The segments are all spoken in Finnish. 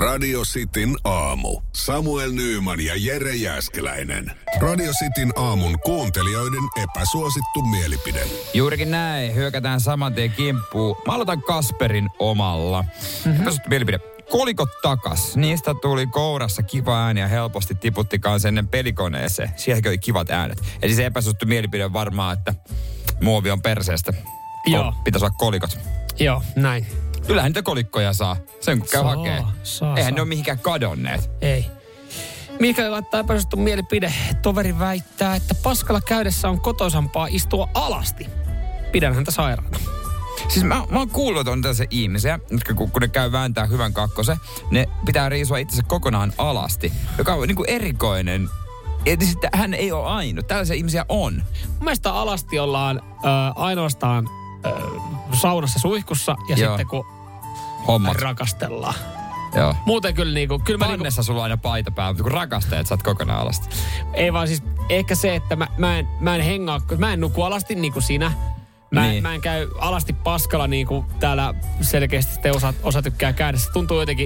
Radio Cityn aamu. Samuel Nyyman ja Jere Jääskeläinen. Radio Cityn aamun kuuntelijoiden epäsuosittu mielipide. Juurikin näin. Hyökätään saman tien kimppuun. Mä aloitan Kasperin omalla. Epäsuosittu mielipide. Kolikot takas. Niistä tuli kourassa kiva ääni ja helposti tiputti kanssa ennen pelikoneeseen. Sielläkin oli kivat äänet. Eli se epäsuosittu mielipide on varmaan, että muovi on perseestä. Joo. Pitäisi olla kolikot. Joo, näin. Kyllähän niitä kolikkoja saa. Sen kun käy hakee. Eihän ne ole mihinkään kadonneet. Ei. Mikael laittaa epäsuosittu mielipide. Toveri väittää, että paskalla käydessä on kotoisampaa istua alasti. Pidän häntä sairaana. Siis mä oon kuullut, että on tällaisia ihmisiä, jotka kun ne käy vääntää hyvän kakkosen, ne pitää riisua itsensä kokonaan alasti, joka on niinku erikoinen. Että sitten hän ei ole ainut. Tällaisia ihmisiä on. Mun mielestä alasti ollaan ainoastaan saunassa suihkussa ja Joo. sitten kun Hommat. rakastellaan. Joo. Muuten kyllä niinku... Pannessa sulla on aina paita päällä, mutta kun rakastajat, sä oot kokonaan alasti. Ei vaan siis ehkä se, että mä en hengaa, mä en nuku alasti niin kuin sinä. Mä en käy alasti paskalla niin kuin täällä selkeästi sitten osa tykkää käydä. Se tuntuu jotenkin...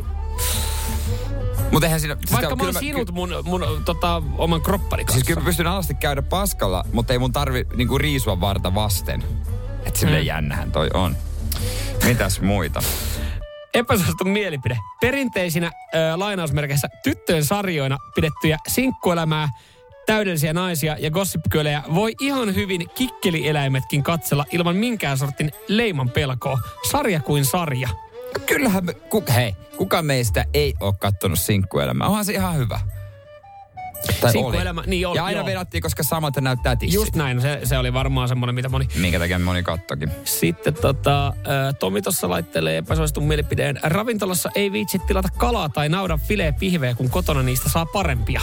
Mut eihän siinä... Vaikka mä oon sinut mun oman kroppani kanssa. Siis kyllä mä pystyn alasti käydä paskalla, mutta ei mun tarvi niinku riisua varta vasten. Että silleen jännähän toi on. Mitäs muita? Epäsuosittu mielipide. Perinteisinä lainausmerkeissä tyttöjen sarjoina pidettyjä sinkkuelämää, täydellisiä naisia ja gossip-kölejä voi ihan hyvin kikkelieläimetkin katsella ilman minkään sortin leiman pelkoa. Sarja kuin sarja. No kyllähän me, kuka meistä ei ole kattonut sinkkuelämää? Onhan se ihan hyvä. Tai sinkkuelämä, oli. niin oli. Ja aina vedettiin, koska samalta näyttää tissit. Just näin, se oli varmaan semmoinen, mitä moni... Minkä takia moni kattokin. Sitten Tomi tuossa laittelee epäsuositun mielipideen. Ravintolassa ei viitsi tilata kalaa tai naudan filet-pihveä, kun kotona niistä saa parempia.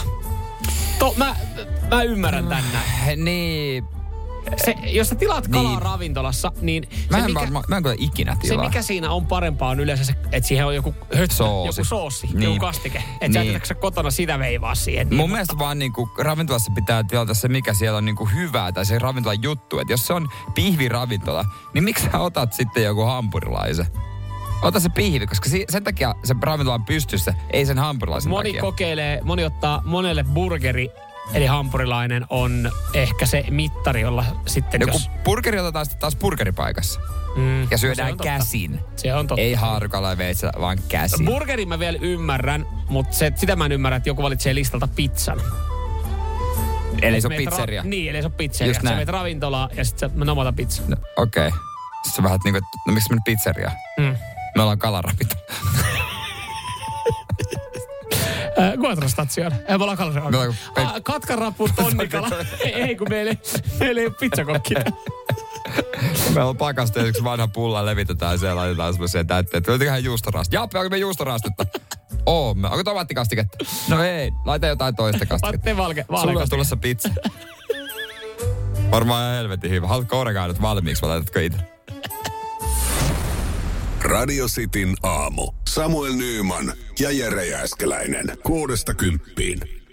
Mä ymmärrän tän näin. Niin. Jos sä tilaat kalaa ravintolassa, niin... Mä en kyllä ikinä tilaa. Se mikä siinä on parempaa on yleensä se, että siihen on joku soossi, joku kastike. Että sä jätetäänkö kotona sitä veivaa siihen. Mun mielestä vaan niinku ravintolassa pitää tilata se, mikä siellä on niinku hyvää tai se ravintolan juttu. Että jos se on pihviravintola, niin miksi sä otat sitten joku hampurilaisen? Ota se pihvi, koska sen takia se ravintola on pystyssä, ei sen hampurilaisen takia. Moni ottaa monelle burgeri, eli hampurilainen on ehkä se mittari, jolla sitten joku burgeri otetaan sitten taas burgeripaikassa. Ja syödään käsin. Se on totta. Ei haarukalla ja veitsellä, vaan käsin. Burgerin mä vielä ymmärrän, mutta sitä mä en ymmärrä, että joku valitsee listalta pizzan. Eli se on pizzeria. Niin, eli se on pizzeria. Sä meet ravintolaa ja sitten sä nomata pizzan. No, okei. Sitten sä vähän niin kuin, no miksi menet pizzeria? Me ollaan kalaravintola. Guatro-station. Me ollaan kalaravintola. Katkarappu, tonnikala. Ei, kun meillä ei ole pizzakokki. Meillä on pakasta yksi vanha pulla, levitetään siellä, laitetaan semmoiseen täytteen. Löytyiköhän juustorastetta? Jappe, onko me juustorastetta? Oomme. Onko tomaattikastiketta? No ei, laita jotain toista kastiketta. Sulla on tulossa pizza. Varmaan ihan helvetin hyvä. Haluatko oregaanot valmiiksi vai laitatko itse? Radio Cityn aamu. Samuel Nyyman ja Jere Jääskeläinen. 6–10.